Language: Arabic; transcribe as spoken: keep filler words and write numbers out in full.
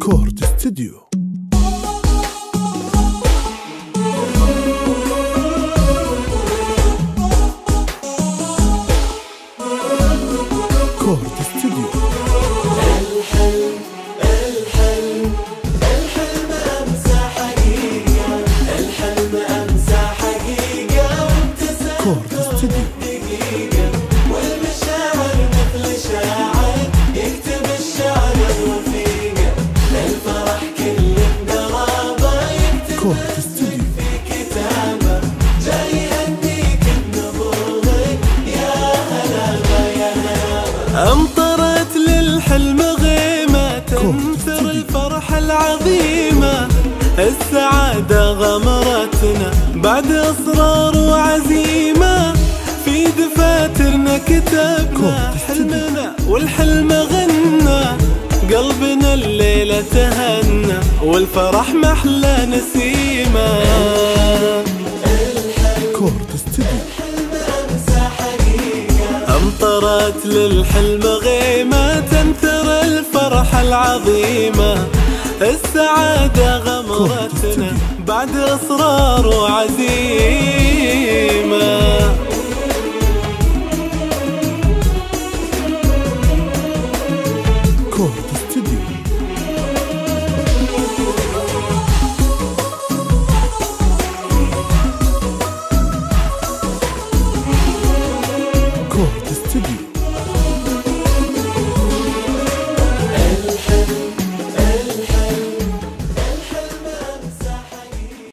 كورت استوديو. كورت استوديو. الحلم الحلم الحلم أمسى حقيقة، الحلم أمسى حقيقة، وابتسم كورت استوديو. دقيقة، والمشاعر مثل شاعر يكتب الشعر الرفيقة، الفرح كل انقلابه يكتب كورت استوديو. في كتابه، جاي يهنيك النبوغ يا هلا يا هلا. أمطرت للحلم غيمة تنثر الفرحة العظيمة، السعادة غمرتنا بعد إصرار وعزيمة، في دفاترنا كتبنا حلمنا والحلم غنى، قلبنا الليلة تهنى والفرح محلى نسيمة. كورت استوديو. أمطرت للحلم غيمة تنثر الفرحة العظيمة، السعادة غمرتنا بعد إصرار وعزيمة.